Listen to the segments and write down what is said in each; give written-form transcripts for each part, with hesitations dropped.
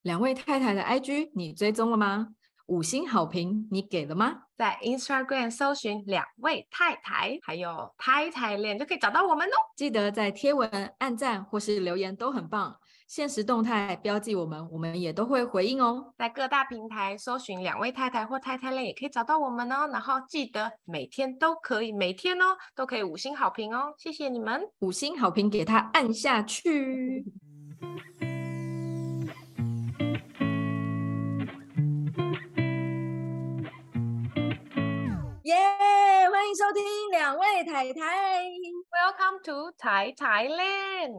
两位太太的 IG 你追踪了吗？五星好评你给了吗？ 在 Instagram 搜寻两位太太，还有太太恋就可以找到我们哦。 记得在贴文按赞或是留言都很棒，限时动态标记我们，我们也都会回应哦。 在各大平台搜寻两位太太或太太恋也可以找到我们哦。然后记得每天都可以，每天哦都可以五星好评哦，谢谢你们。 五星好评给它按下去。耶、欢迎收听两位太太。 Welcome to 太太恋。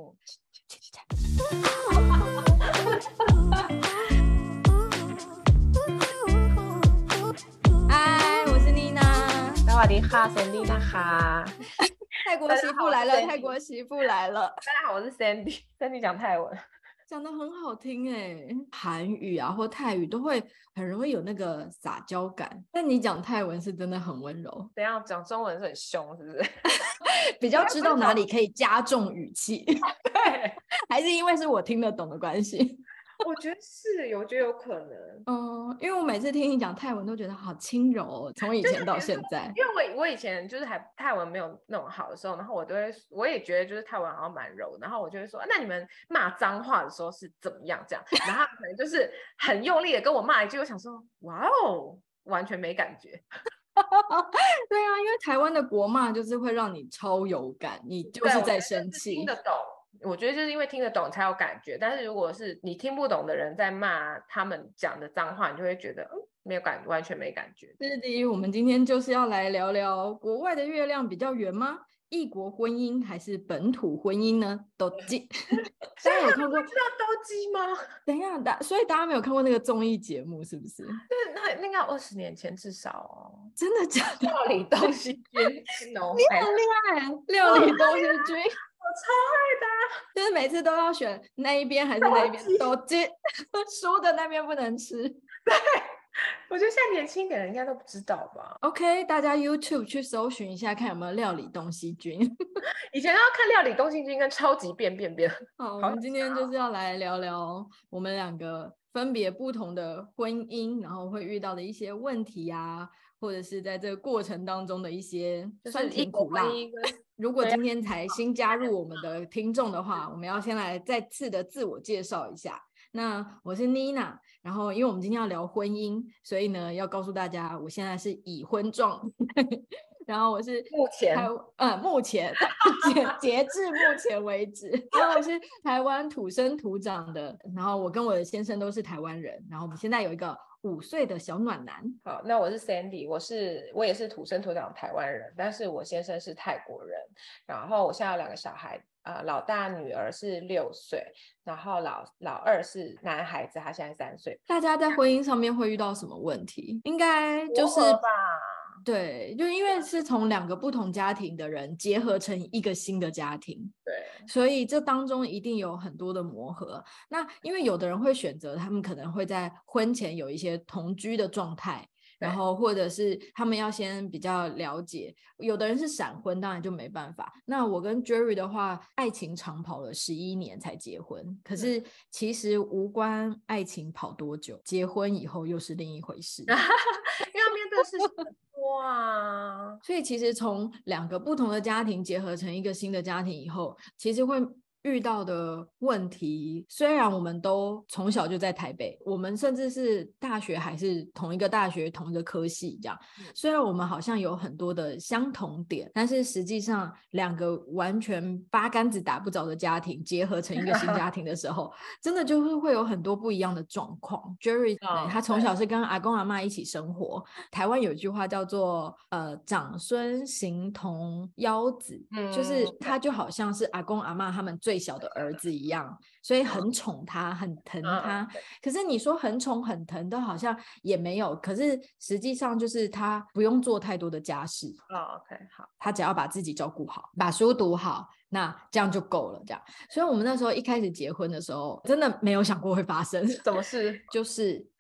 嗨，我是妮娜。 สวัสดีค่ะSandyนะคะ泰国媳妇来了，泰国媳妇来了。 大家好，我是 Sandy 讲泰文。 讲得很好听哎，韩语啊或泰语都会很容易有那个撒娇感，但你讲泰文是真的很温柔。 怎样讲中文是很凶，是不是？ 比较知道哪里可以加重语气。 对， 还是因为是我听得懂的关系。 我觉得是，我觉得有可能。 因为我每次听你讲泰文都觉得好轻柔哦，从以前到现在。 因为我以前就是还泰文没有弄好的时候，然后我也觉得就是泰文好像蛮柔，然后我就会说，那你们骂脏话的时候是怎么样这样？然后他可能就是很用力的跟我骂一句，我想说，哇哦，完全没感觉。 对啊，因为台湾的国骂就是会让你超有感，你就是在生气。 听得懂，我觉得就是因为听得懂才有感觉，但是如果是你听不懂的人在骂他们讲的脏话，你就会觉得没有感，完全没感觉。 是的，我们今天就是要来聊聊国外的月亮比较圆吗？异国婚姻还是本土婚姻呢？都基，大家有看过？ 知道都基吗？ 等一下，所以大家没有看过那个综艺节目，是不是？ 对，那个20年前至少哦。 真的假的？ 料理东西君， 你很厉害，料理东西君， 我超爱的， 就是每次都要选那一边还是那一边，都接输的那边不能吃。 对。我觉得现在年轻一点的应该都不知道吧。 OK， 大家 YouTube 去搜寻一下，看有没有料理东西君。 以前要看料理东西君跟超级变。 好，我们今天就是要来聊聊我们两个分别不同的婚姻，然后会遇到的一些问题啊，或者是在这个过程当中的一些酸甜苦辣。如果今天才新加入我们的听众的话，我们要先来再次的自我介绍一下。那我是 Nina， 然后因为我们今天要聊婚姻，所以呢要告诉大家我现在是已婚状然后我是目前截至目前为止，然后我是台湾土生土长的，然后我跟我的先生都是台湾人，然后我们现在有一个5岁的小暖男。 好，那我是 Sandy， 我也是土生土长的台湾人，但是我先生是泰国人，然后我现在有2个小孩，老大女儿是6岁，然后老二是男孩子，他现在3岁。 大家在婚姻上面会遇到什么问题？应该就是吧， 对，就因为是从2个不同家庭的人结合成一个新的家庭， 对， 所以这当中一定有很多的磨合。那因为有的人会选择他们可能会在婚前有一些同居的状态，然后或者是他们要先比较了解，有的人是闪婚，当然就没办法。那我跟 Jerry 的话，爱情长跑了11年才结婚，可是其实无关爱情跑多久，结婚以后又是另一回事。 因为要面对的事情很多啊， 所以其实从2个不同的家庭结合成一个新的家庭以后，其实会遇到的问题，虽然我们都从小就在台北，我们甚至是大学还是同一个大学同一个科系这样，虽然我们好像有很多的相同点，但是实际上2个完全八竿子打不着的家庭结合成一个新家庭的时候真的就是会有很多不一样的状况。 Jerry、他从小是跟阿公阿嬷一起生活，台湾有一句话叫做长孙形同腰子，就是他就好像是阿公阿嬷他们最小的儿子一样，所以很宠他很疼他，可是你说很宠很疼都好像也没有，可是实际上就是他不用做太多的家事。 OK， 好， 他只要把自己照顾好，把书读好，那这样就够了这样。所以我们那时候一开始结婚的时候真的没有想过会发生。 什么事？ 就是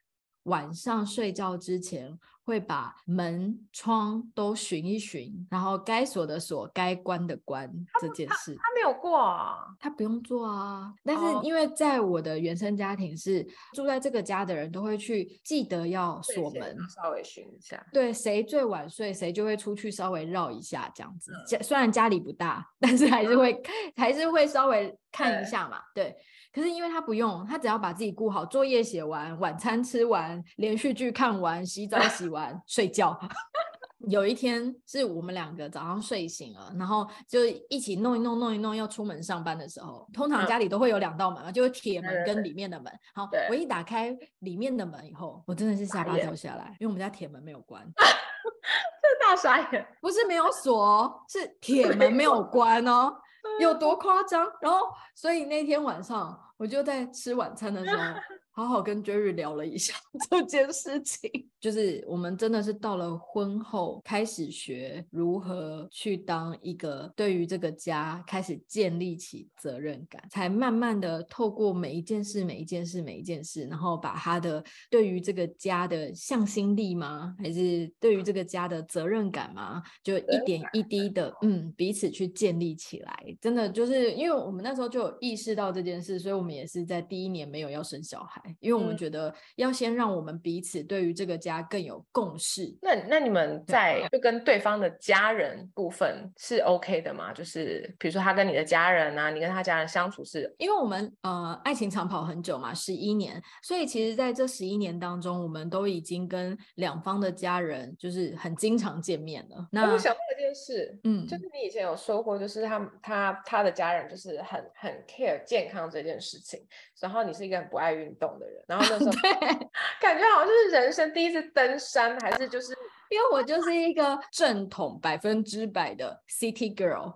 晚上睡觉之前会把门窗都巡一巡，然后该锁的锁，该关的关这件事。 他没有过啊。 他不用做啊，但是哦因为在我的原生家庭是住在这个家的人都会去记得要锁门， 稍微巡一下。 对，谁最晚睡谁就会出去稍微绕一下这样子。虽然家里不大，但是还是会稍微看一下嘛。对，可是因为他不用，他只要把自己顾好，作业写完，晚餐吃完，连续剧看完，洗澡洗完，睡觉。有一天是我们两个早上睡醒了，然后就一起弄一弄要出门上班的时候，通常家里都会有2道门嘛，就是铁门跟里面的门。好，我一打开里面的门以后，我真的是下巴掉下来，因为我们家铁门没有关。 这大傻眼， 不是没有锁哦，是铁门没有关哦，有多夸张？然后所以那天晚上我就在吃晚餐的时候好好跟 Jerry 聊了一下这件事情，就是我们真的是到了婚后开始学如何去当一个对于这个家开始建立起责任感，才慢慢的透过每一件事每一件事，然后把他的对于这个家的向心力吗，还是对于这个家的责任感吗，就一点一滴的彼此去建立起来。真的就是因为我们那时候就有意识到这件事，所以我们也是在第1年没有要生小孩，因为我们觉得要先让我们彼此对于这个家更有共识。 那你们在就跟对方的家人部分是 OK 的吗？就是比如说他跟你的家人啊，你跟他家人相处是， 因为我们爱情长跑很久嘛，11年，所以其实在这11年当中，我们都已经跟2方的家人就是很经常见面了。那我想到一件事，就是你以前有说过，就是他的家人就是很 care 健康这件事情，然后你是一个很不爱运动的人，然后那时候感觉好像就是人生第一次登山，还是就是因为我就是一个正统100%的 City Girl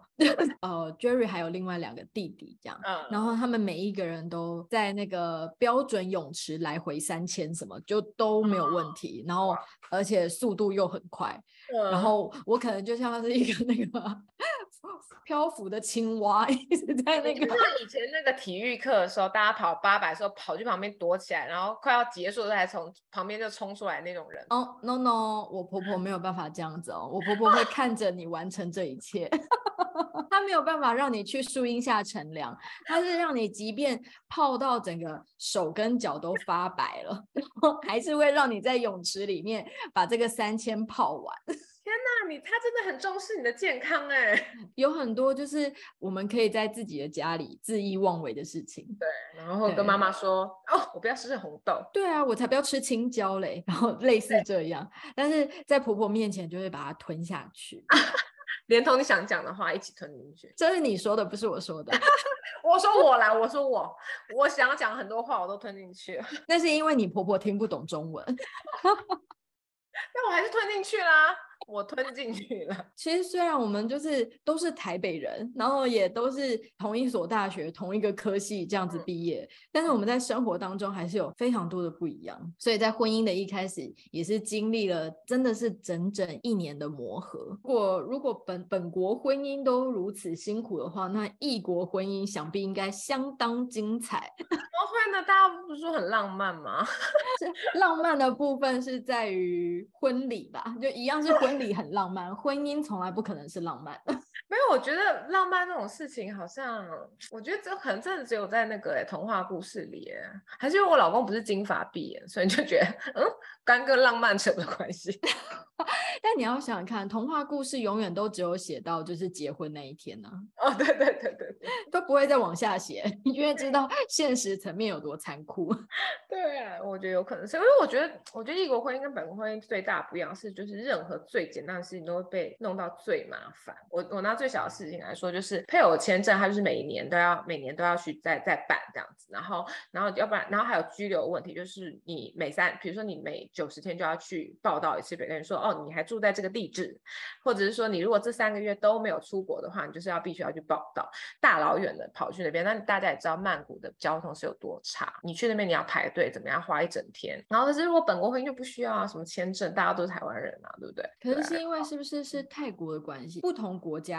Jerry 还有另外2个弟弟这样，然后他们每一个人都在那个标准泳池来回3000什么就都没有问题，然后而且速度又很快，然后我可能就像是一个那个漂浮的青蛙，一直在那个以前那个体育课的时候，大家跑800的时候跑去旁边躲起来，然后快要结束的时候才从旁边就冲出来那种人。 No， 我婆婆没有办法这样子哦，我婆婆会看着你完成这一切她没有办法让你去树荫下乘凉，她是让你即便泡到整个手跟脚都发白了，然后还是会让你在泳池里面把这个3000泡完。 天哪，他真的很重视你的健康哎。 有很多就是我们可以在自己的家里恣意妄为的事情。 对，然后跟妈妈说我不要吃红豆。 对啊，我才不要吃青椒嘞，然后类似这样，但是在婆婆面前就会把它吞下去连同你想讲的话一起吞进去。 这是你说的，不是我说的我说我啦，我想讲很多话我都吞进去了那是因为你婆婆听不懂中文但我还是吞进去啦，我吞进去了。 其实虽然我们就是都是台北人，然后也都是同一所大学同一个科系这样子毕业，但是我们在生活当中还是有非常多的不一样，所以在婚姻的一开始也是经历了真的是整整1年的磨合。如果本国婚姻都如此辛苦的话，那异国婚姻想必应该相当精彩怎么会呢？大家不是说很浪漫吗？ 浪漫的部分是在于婚礼吧，就一样是婚礼很浪漫，婚姻从来不可能是浪漫的。 没有，我觉得浪漫那种事情好像，我觉得这可能真的只有在那个童话故事里耶，还是因为我老公不是金发碧眼，所以就觉得跟浪漫扯不上关系。 但你要想想看，童话故事永远都只有写到就是结婚那一天呢、 对， 都不会再往下写，因为知道现实层面有多残酷。 对啊，我觉得有可能是，因为我觉得异国婚姻跟本国婚姻最大不一样是，就是任何最简单的事情都会被弄到最麻烦。我拿最小的事情来说，就是配偶签证，它就是每年都要去再办这样子，然后要不然，然后还有居留问题，就是你比如说你每90天就要去报到一次，别人说你还住在这个地址，或者是说你如果这3个月都没有出国的话，你就是必须要去报到，大老远的跑去那边。那大家也知道曼谷的交通是有多差，你去那边你要排队，怎么样花一整天。然后可是如果本国婚姻就不需要什么签证，大家都是台湾人啊，对不对？ 可是是因为是不是泰国的关系，不同国家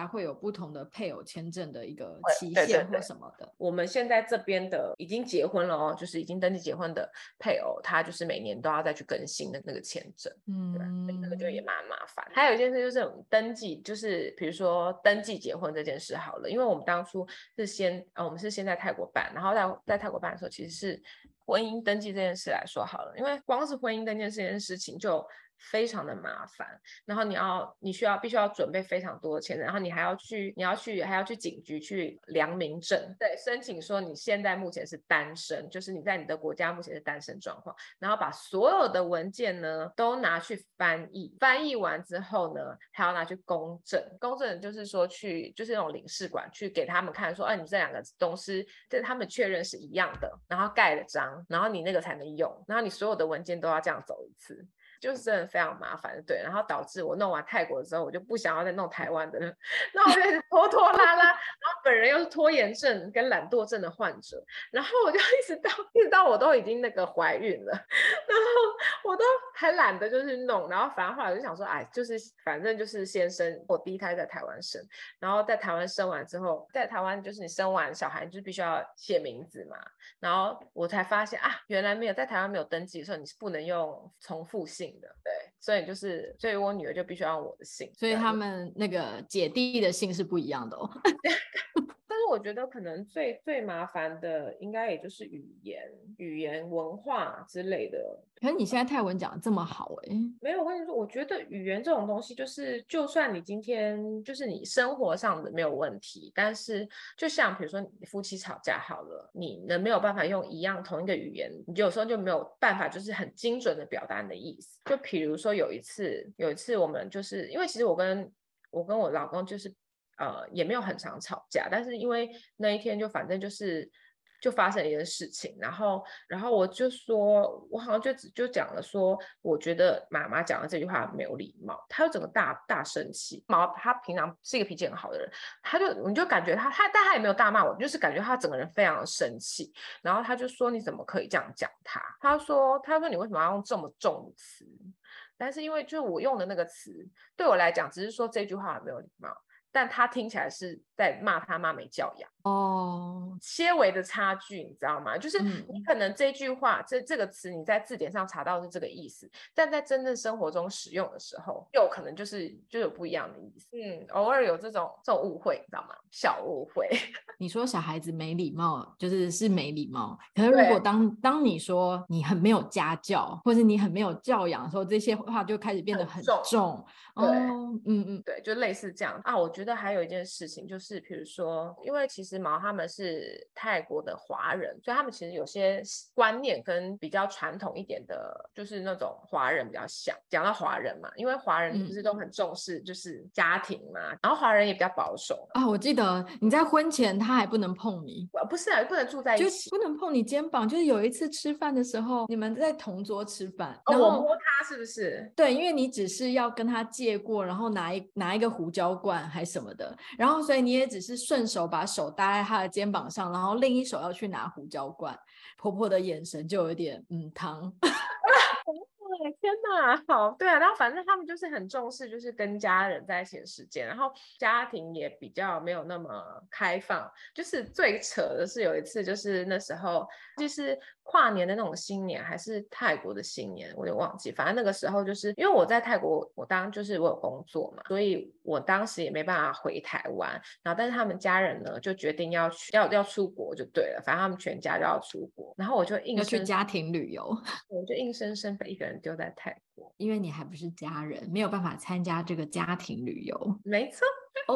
会有不同的配偶签证的一个期对对限或对什么的。 我们现在这边的已经结婚了哦，就是已经登记结婚的配偶，他就是每年都要再去更新的那个签证。对，所以那个就也蛮麻烦。还有一件事就是登记，就是比如说登记结婚这件事好了，因为我们当初是我们是先在泰国办，然后在泰国办的时候，其实是婚姻登记这件事来说好了，因为光是婚姻登记这件事情就非常的麻烦，然后必须要准备非常多的钱，然后还要去警局去良民证，对，申请说你现在目前是单身，就是你在你的国家目前是单身状况，然后把所有的文件呢都拿去翻译，翻译完之后呢还要拿去公证，公证就是说就是那种领事馆去给他们看说，你这两个东西他们确认是一样的，然后盖了章，然后你那个才能用，然后你所有的文件都要这样走一次。就是真的非常麻烦，对，然后导致我弄完泰国之后，我就不想要再弄台湾的了，那我就拖拖拉拉，然后本人又是拖延症跟懒惰症的患者，然后我就一直到我都已经那个怀孕了，然后我都还懒得就是弄，然后反正后来我就想说，就是反正就是先生，我第一胎在台湾生，然后在台湾生完之后，在台湾就是你生完小孩，你就必须要写名字嘛，然后我才发现原来在台湾没有登记的时候，你是不能用重复姓的，对，所以我女儿就必须要用我的姓， 所以他们那个姐弟的姓是不一样的哦。 但是我觉得可能最麻烦的应该也就是语言文化之类的。 可是你现在泰文讲的这么好没有，我跟你说，我觉得语言这种东西就是就算你今天就是你生活上的没有问题，但是就像比如说你夫妻吵架好了，你没有办法用同一个语言，你有时候就没有办法就是很精准的表达你的意思。就比如说有一次我们就是因为其实我跟我老公就是也没有很常吵架，但是因为那一天就反正就发生了一件事情，然后我就说，我好像就讲了说，我觉得妈妈讲的这句话没有礼貌，他就整个大生气。他平常是一个脾气很好的人，你就感觉但他也没有大骂我，就是感觉他整个人非常的生气，然后他就说你怎么可以这样讲他？他说你为什么要用这么重的词？但是因为就是我用的那个词对我来讲，只是说这句话没有礼貌。但他听起来是在骂他妈没教养哦， 些微的差距，你知道吗？就是你可能这句话这个词你在字典上查到是这个意思，但在真正生活中使用的时候，又可能就有不一样的意思。偶尔有这种误会，你知道吗？小误会。 你说小孩子没礼貌，是没礼貌。可是如果当你说你很没有家教，或是你很没有教养的时候，这些话就开始变得很重。 对，对，就类似这样啊。我觉得还有一件事情就是，比如说，因为其实毛他们是泰国的华人，所以他们其实有些观念跟比较传统一点的，就是那种华人比较像。讲到华人嘛，因为华人不是都很重视就是家庭嘛，然后华人也比较保守啊。我记得你在婚前他还不能碰你， 不是不能住在一起， 就不能碰你肩膀。就是有一次吃饭的时候，你们在同桌吃饭， 然后我摸他是不是？ 对，因为你只是要跟他借过，然后拿一个胡椒罐还什么的，然后所以你也只是顺手把手搭在他的肩膀上，然后另一手要去拿胡椒罐，婆婆的眼神就有点汤。 天哪，好，对啊，然后反正他们就是很重视，就是跟家人在一起的时间，然后家庭也比较没有那么开放。就是最扯的是有一次，就是那时候就是跨年的那种新年，还是泰国的新年，我有点忘记。反正那个时候就是因为我在泰国，我有工作嘛，所以我当时也没办法回台湾。然后但是他们家人呢就决定要出国就对了，反正他们全家就要出国，然后我就要去家庭旅游， 我就硬生生被一个人丢在泰国， 因为你还不是家人，没有办法参加这个家庭旅游。 没错。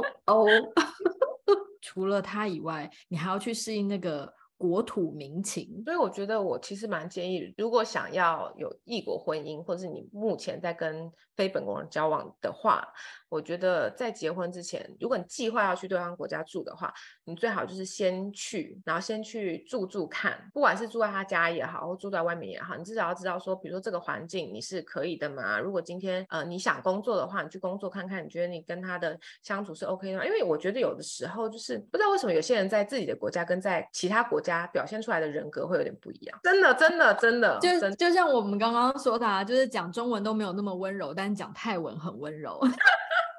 除了他以外，你还要去适应那个国土民情。 所以我觉得我其实蛮建议，如果想要有异国婚姻，或是你目前在跟非本国人交往的话，我觉得在结婚之前，如果你计划要去对方国家住的话，你最好就是先去住看，不管是住在他家也好，或住在外面也好，你至少要知道说，比如说这个环境你是可以的嘛。如果今天你想工作的话，你去工作看看，你觉得你跟他的相处是 OK 的吗？因为我觉得有的时候就是不知道为什么有些人在自己的国家跟在其他国家表现出来的人格会有点不一样，真的就像我们刚刚说的就是讲中文都没有那么温柔，但讲泰文很温柔。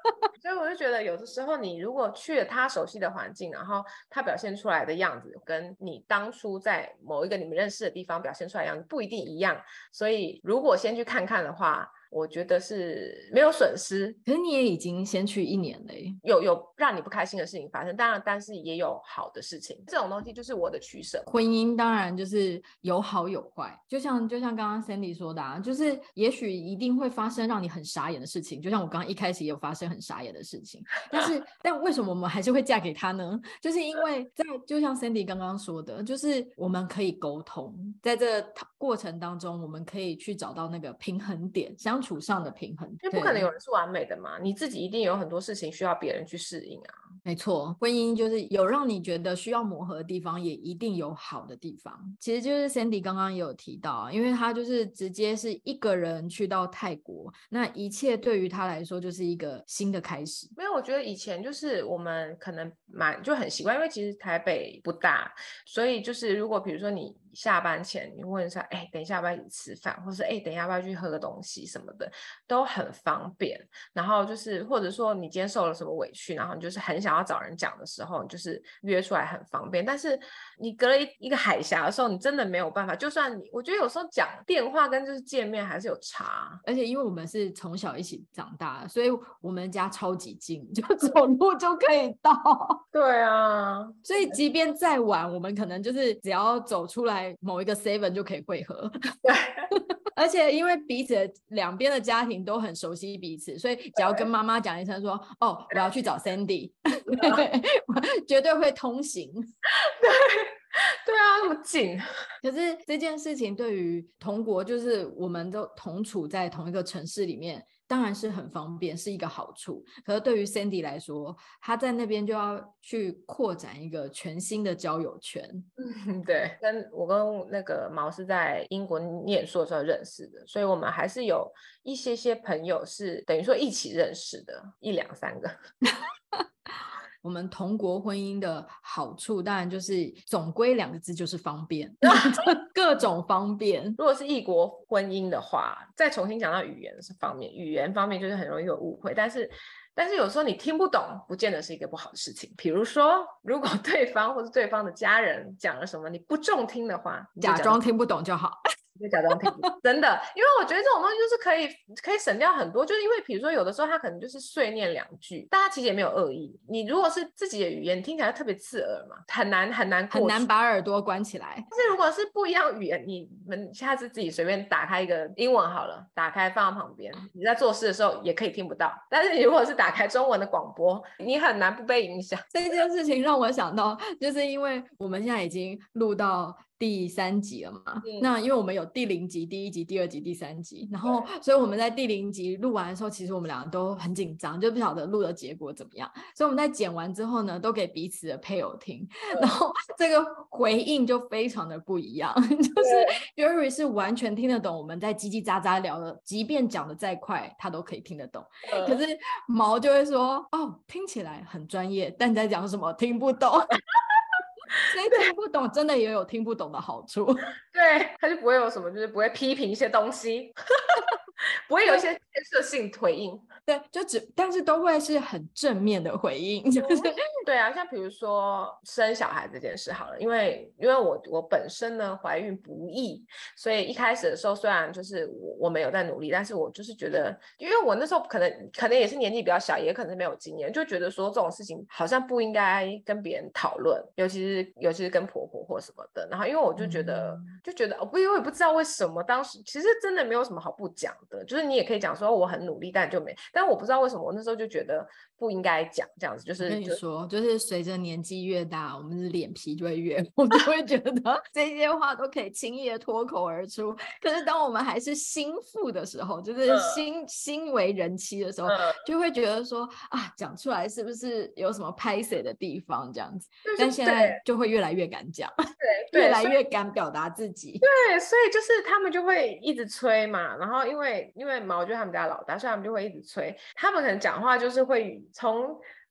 所以我就觉得有的时候你如果去了他熟悉的环境，然后他表现出来的样子跟你当初在某一个你们认识的地方表现出来的样子不一定一样，所以如果先去看看的话，我觉得是没有损失。 可是你也已经先去1年了耶。 有让你不开心的事情发生，当然但是也有好的事情，这种东西就是我的取舍。 婚姻当然就是有好有坏，就像刚刚 Sandy 说的啊，就是也许一定会发生让你很傻眼的事情，就像我刚刚一开始也有发生很傻眼的事情，但为什么我们还是会嫁给他呢？就是因为就像 Sandy 刚刚说的，就是我们可以沟通，在这个过程当中我们可以去找到那个平衡点，相处上的平衡。 因为不可能有人是完美的嘛，你自己一定有很多事情需要别人去适应啊。 没错，婚姻就是有让你觉得需要磨合的地方，也一定有好的地方。其实就是 Sandy 刚刚也有提到啊，因为他就是直接是一个人去到泰国，那一切对于他来说就是一个新的开始。 没有，我觉得以前就是我们可能就很习惯，因为其实台北不大，所以就是如果比如说你下班前你问一下，哎，等一下要不要一起吃饭，或是哎，等一下要不要去喝个东西什么的，都很方便。然后就是或者说你今天受了什么委屈，然后你就是很想要找人讲的时候，你就是约出来很方便。但是你隔了一个海峡的时候，你真的没有办法。就算我觉得有时候讲电话跟就是见面还是有差。 而且因为我们是从小一起长大，所以我们家超级近，就走路就可以到。 对啊， 所以即便再晚，我们可能就是只要走出来某一个 seven 就可以汇合。 对。 而且因为彼此两边的家庭都很熟悉彼此，所以只要跟妈妈讲一声说哦我要去找 Sandy 绝对会通行。 对对啊，那么近。 可是这件事情对于同国，就是我们都同处在同一个城市里面，当然是很方便，是一个好处。可是对于 Sandy 来说，他在那边就要去扩展一个全新的交友圈。 对，我跟那个毛是在英国念书的时候认识的，所以我们还是有一些朋友是等于说一起认识的，一两三个。 我们同国婚姻的好处当然就是总归2个字，就是方便。各种方便。 如果是异国婚姻的话，再重新讲到语言方面，语言方面就是很容易有误会，但是有时候你听不懂不见得是一个不好的事情。比如说如果对方或是对方的家人讲了什么你不中听的话， 假装听不懂就好。 就假装听不懂。真的，因为我觉得这种东西就是可以省掉很多，就是因为比如说有的时候他可能就是碎念2句，大家其实也没有恶意，你如果是自己的语言听起来特别刺耳嘛，很难过去， 很难把耳朵关起来。 但是如果是不一样语言，你们下次自己随便打开一个英文好了，打开放在旁边，你在做事的时候也可以听不到，但是你如果是打开中文的广播，你很难不被影响。 这件事情让我想到，就是因为我们现在已经录到第3集了嘛，那因为我们有第0集、第1集、第2集、第3集，然后所以我们在第0集录完的时候，其实我们2个都很紧张，就不晓得录的结果怎么样，所以我们在剪完之后呢，都给彼此的配偶听，然后这个回应就非常的不一样。就是 Jerry 是完全听得懂我们在叽叽喳喳聊的，即便讲的再快他都可以听得懂，可是毛就会说哦听起来很专业，但你在讲什么听不懂。所以听不懂真的也有听不懂的好处。 对，他就不会有什么，就是不会批评一些东西。不会有一些建设性回应。 对，但是都会是很正面的回应，就是对啊，像比如说生小孩这件事好了，因为我本身呢怀孕不易，所以一开始的时候虽然就是我们有在努力，但是我就是觉得，因为我那时候可能也是年纪比较小，也可能是没有经验，就觉得说这种事情好像不应该跟别人讨论，尤其是跟婆婆或什么的。然后因为我就觉得我也不知道为什么当时其实真的没有什么好不讲的，就是你也可以讲说我很努力，但就没，但我不知道为什么我那时候就觉得不应该讲这样子。就是跟你说，就是随着年纪越大，我们的脸皮就会越厚，就会觉得这些话都可以轻易的脱口而出。可是当我们还是新妇的时候，就是新为人妻的时候，就会觉得说啊，讲出来是不是有什么拍谁的地方这样子？但现在就会越来越敢讲，越来越敢表达自己。 对，所以就是他们就会一直催嘛，然后因为毛就是他们家老大，所以他们就会一直催。他们可能讲话就是会从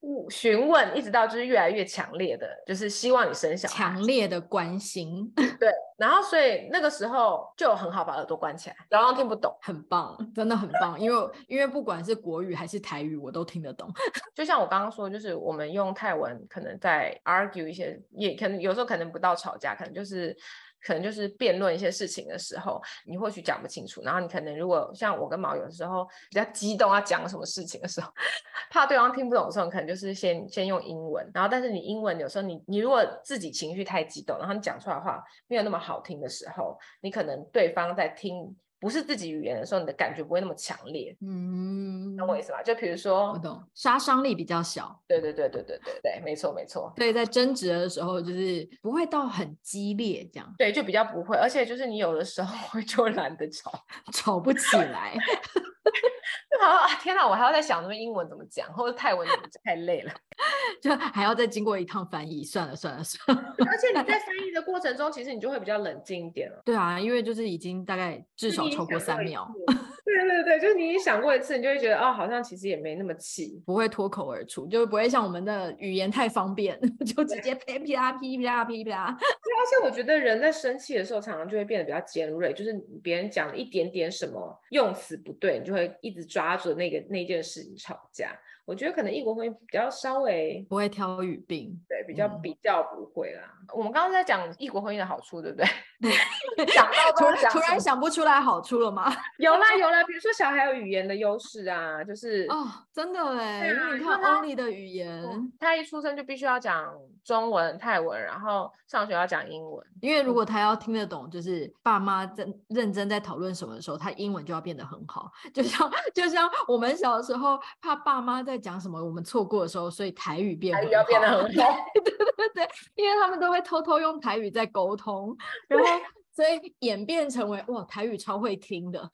询问，一直到就是越来越强烈的，就是希望你生小孩， 强烈的关心。 对，然后所以那个时候就很好把耳朵关起来，然后听不懂， 很棒，真的很棒，因为不管是国语还是台语，我都听得懂。 就像我刚刚说，就是我们用泰文可能在 argue 一些，也可能有时候可能不到吵架，可能就是辩论一些事情的时候，你或许讲不清楚，然后你可能如果像我跟毛有的时候比较激动要讲什么事情的时候，怕对方听不懂的时候，你可能就是先用英文，然后但是你英文有时候你如果自己情绪太激动，然后你讲出来的话没有那么好听的时候，你可能对方在听不是自己语言的时候，你的感觉不会那么强烈。懂我意思吗？就比如说， 我懂，杀伤力比较小。 对，没错没错。 所以在争执的时候，就是不会到很激烈这样。 对，就比较不会，而且就是你有的时候就懒得吵， 吵不起来。 就好像啊，天哪，我还要在想什么英文怎么讲，或者泰文怎么讲，太累了。 就还要再经过一趟翻译，算了。 而且你在翻译的过程中，其实你就会比较冷静一点了。 对啊，因为就是已经大概至少超过3秒。 对，就是你已经想过一次，你就会觉得哦，好像其实也没那么气， 不会脱口而出，就不会像我们的语言太方便，就直接噼噼啦噼噼啦噼噼啦。 对，而且我觉得人在生气的时候，常常就会变得比较尖锐，就是别人讲了一点点什么用词不对，你就会一直抓住那件事情吵架。我觉得可能异国婚姻比较稍微不会挑语病。 对，比较不会啦。我们刚刚在讲异国婚姻的好处，对不对？讲到突然想不出来好处了吗？ 有啦，比如说小孩有语言的优势啊，就是哦，真的哎， 对啊， 因为你看欧丽的语言， 他一出生就必须要讲中文、泰文，然后上学要讲英文。 因为如果他要听得懂，就是爸妈认真在讨论什么的时候，他英文就要变得很好。就像我们小的时候，怕爸妈在讲什么我们错过的时候，所以台语要变得很好。 对，因为他们都会偷偷用台语在沟通，然后所以演变成为哇，台语超会听的。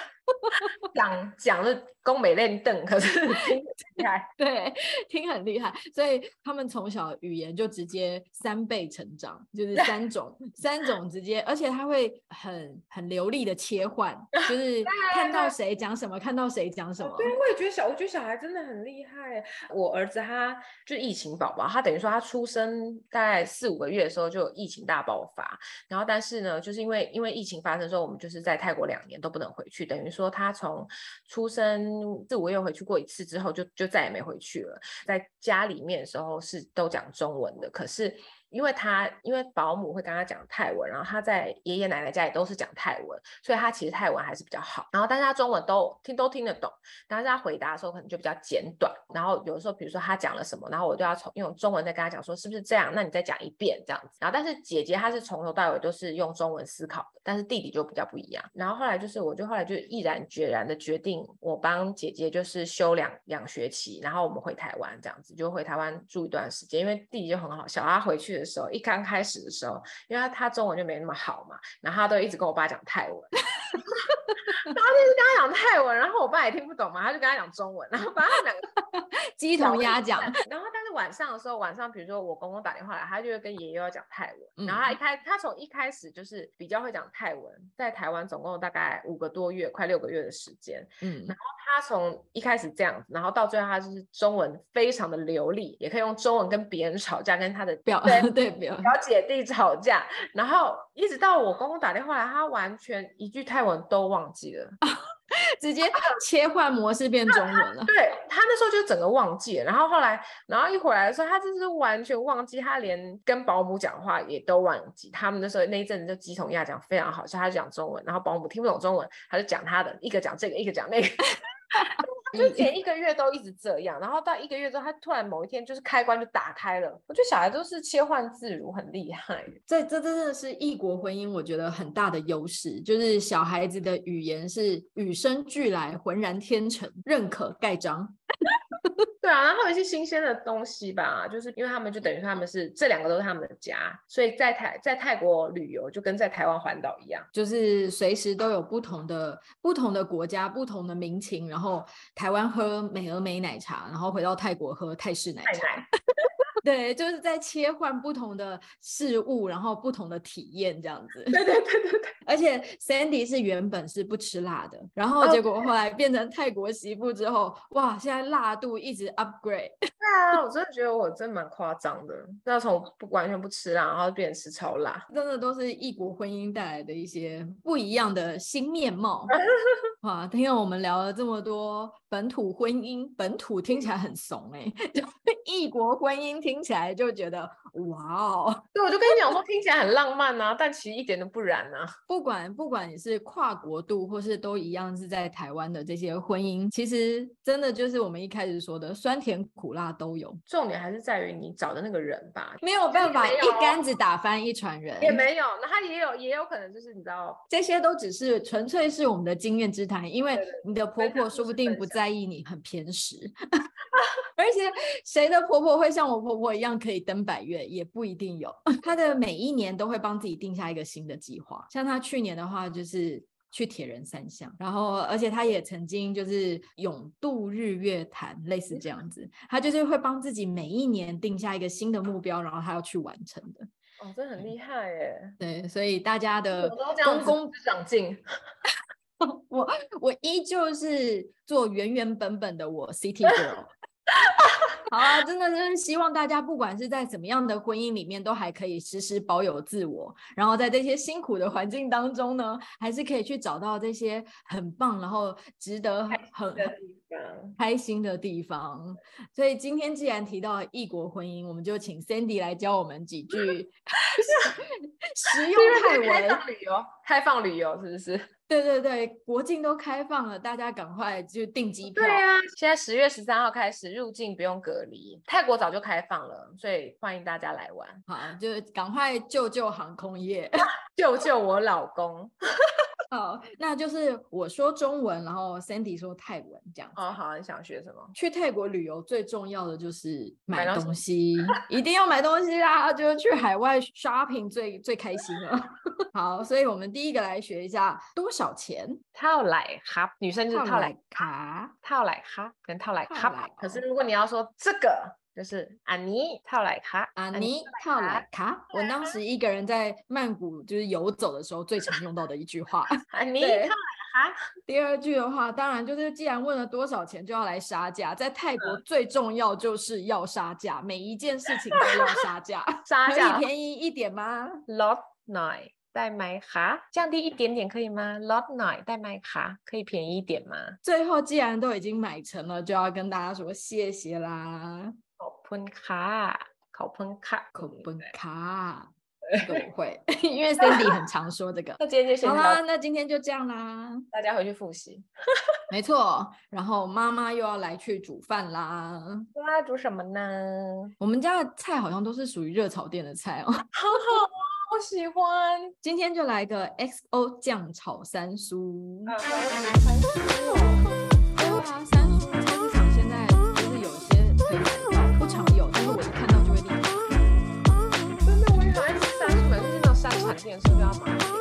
讲的宫美练邓，可是听很厉害。 对，听很厉害，所以他们从小语言就直接3倍成长，就是三种直接，而且他会很流利的切换，就是看到谁讲什么，看到谁讲什么。 对，我觉得小孩真的很厉害。我儿子他就是疫情宝宝，他等于说他出生大概4、5个月的时候就有疫情大爆发，然后但是呢，就是因为疫情发生的时候，我们就是在泰国2年都不能回去，等于说他从出生4、5个月回去过一次之后就再也没回去了。在家里面的时候是都讲中文的，可是因为保姆会跟他讲泰文，然后他在爷爷奶奶家也都是讲泰文，所以他其实泰文还是比较好。然后但是他中文都听得懂，但是他回答的时候可能就比较简短。然后有的时候比如说他讲了什么，然后我就要用中文再跟他讲说是不是这样，那你再讲一遍这样子。然后但是姐姐她是从头到尾都是用中文思考的，但是弟弟就比较不一样。然后后来就毅然决然的决定，我帮姐姐就是休两学期，然后我们回台湾这样子，就回台湾住一段时间。因为弟弟就很好笑，他回去的时候刚开始的时候，因为他中文就没那么好嘛，然后他都一直跟我爸讲泰文。然后就是跟他讲泰文，然后我爸也听不懂嘛，他就跟他讲中文，然后把他们两个鸡同鸭讲。 然后但是晚上的时候，比如说我公公打电话来，他就会跟爷爷要讲泰文。然后他从一开始就是比较会讲泰文，在台湾总共大概5个多月，快6个月的时间。然后他从一开始这样子，然后到最后他就是中文非常的流利，也可以用中文跟别人吵架，跟他的表姐弟吵架，然后一直到我公公打电话来，他完全一句泰文都忘记了。 直接切换模式变中文了。 对，他那时候就整个忘记了，然后一回来的时候，他就是完全忘记，他连跟保姆讲话也都忘记。他们那时候那一阵子就鸡同鸭讲，非常好笑。他就讲中文，然后保姆听不懂中文，他就讲他的，一个讲这个，一个讲那个。就前1个月都一直这样，然后到1个月之后，他突然某一天就是开关就打开了。我觉得小孩都是切换自如，很厉害。 这真的是异国婚姻，我觉得很大的优势，就是小孩子的语言是与生俱来，浑然天成，认可盖章。 对啊，然后有一些新鲜的东西吧，就是因为他们就等于说他们是这2个都是他们的家，所以在泰国旅游就跟在台湾环岛一样， 就是随时都有不同的国家、不同的民情。然后台湾喝美而美奶茶，然后回到泰国喝泰式奶茶。 对，就是在切换不同的事物，然后不同的体验这样子。 对对对对对， 而且 Sandy 是原本是不吃辣的，然后结果后来变成泰国媳妇之后，哇，现在辣度一直 upgrade。 对啊，我真的觉得我真的蛮夸张的，那从完全不吃辣，然后变成吃超辣， 真的都是异国婚姻带来的一些不一样的新面貌。哇，听了我们聊了这么多本土婚姻，本土听起来很怂就异国婚姻听起来就觉得哇哦。 对，我就跟你讲说听起来很浪漫啊，但其实一点都不然啊。 不管你是跨国度或是都一样是在台湾的这些婚姻，其实真的就是我们一开始说的酸甜苦辣都有， 重点还是在于你找的那个人吧， 没有办法一竿子打翻一船人， 也没有，那他也有可能就是你知道， 这些都只是纯粹是我们的经验之谈，因为你的婆婆说不定不在意你很偏食而且谁的婆婆会像我婆婆一样可以登百岳，也不一定有。她的每一年都会帮自己定下一个新的计划，像她去年的话就是去铁人三项，然后而且她也曾经就是泳渡日月潭，类似这样子，她就是会帮自己每一年定下一个新的目标，然后她要去完成的。 哦，真的很厉害耶。 对，所以大家的公公长进我依旧是做原原本本的我 City Girl 好啊，真的是希望大家不管是在怎么样的婚姻里面都还可以时时保有自我，然后在这些辛苦的环境当中呢，还是可以去找到这些很棒然后值得很开心的地方。所以今天既然提到异国婚姻，我们就请 Sandy 来教我们几句实用泰文。 开放旅游是不是？ 对对对，国境都开放了，大家赶快就订机票。 对啊，现在10月13号开始入境不用隔离，泰国早就开放了，所以欢迎大家来玩。 好，就赶快救救航空业， 救救我老公。 好，那就是我说中文，然后 Sandy 说泰文这样子。 哦，好，你想学什么？ 去泰国旅游最重要的就是买东西，一定要买东西啦，就是去海外 shopping 最开心了。好，所以我们第一个来学一下多少钱。 套来哈，女生就是套来卡， 套来哈跟套来哈。可是如果你要说这个。就是安妮套来卡， 安妮套来卡。我当时一个人在曼谷就是游走的时候最常用到的一句话。 安妮套来卡。 第二句的话，当然就是既然问了多少钱，就要来杀价。在泰国最重要就是要杀价，每一件事情都要杀价。 杀价可以便宜一点吗 ？Lot night。ได้ไหมคะ降低一点点可以吗 ？Lot night ได้ไหมคะ可以便宜一点吗？ 最后既然都已经买成了，就要跟大家说谢谢啦。 ขอบคุณค่ะขอบคุณค่ะขอบคุณค่ะ这个我会因为 Sandy 很常说这个。 那今天就先好啦，那今天就这样啦， 大家回去复习。 没错，然后妈妈又要来去煮饭啦。 那煮什么呢？ 我们家的菜好像都是属于热炒店的菜哦。 好好啊，我喜欢。 今天就来个 XO 酱炒三酥。 三酥对啊，三酥菜市场现在就是有些可以买到，不常有，但是我一看到就会立刻。 真的，我也很爱吃三酥，每次见到山产店的时候就要买。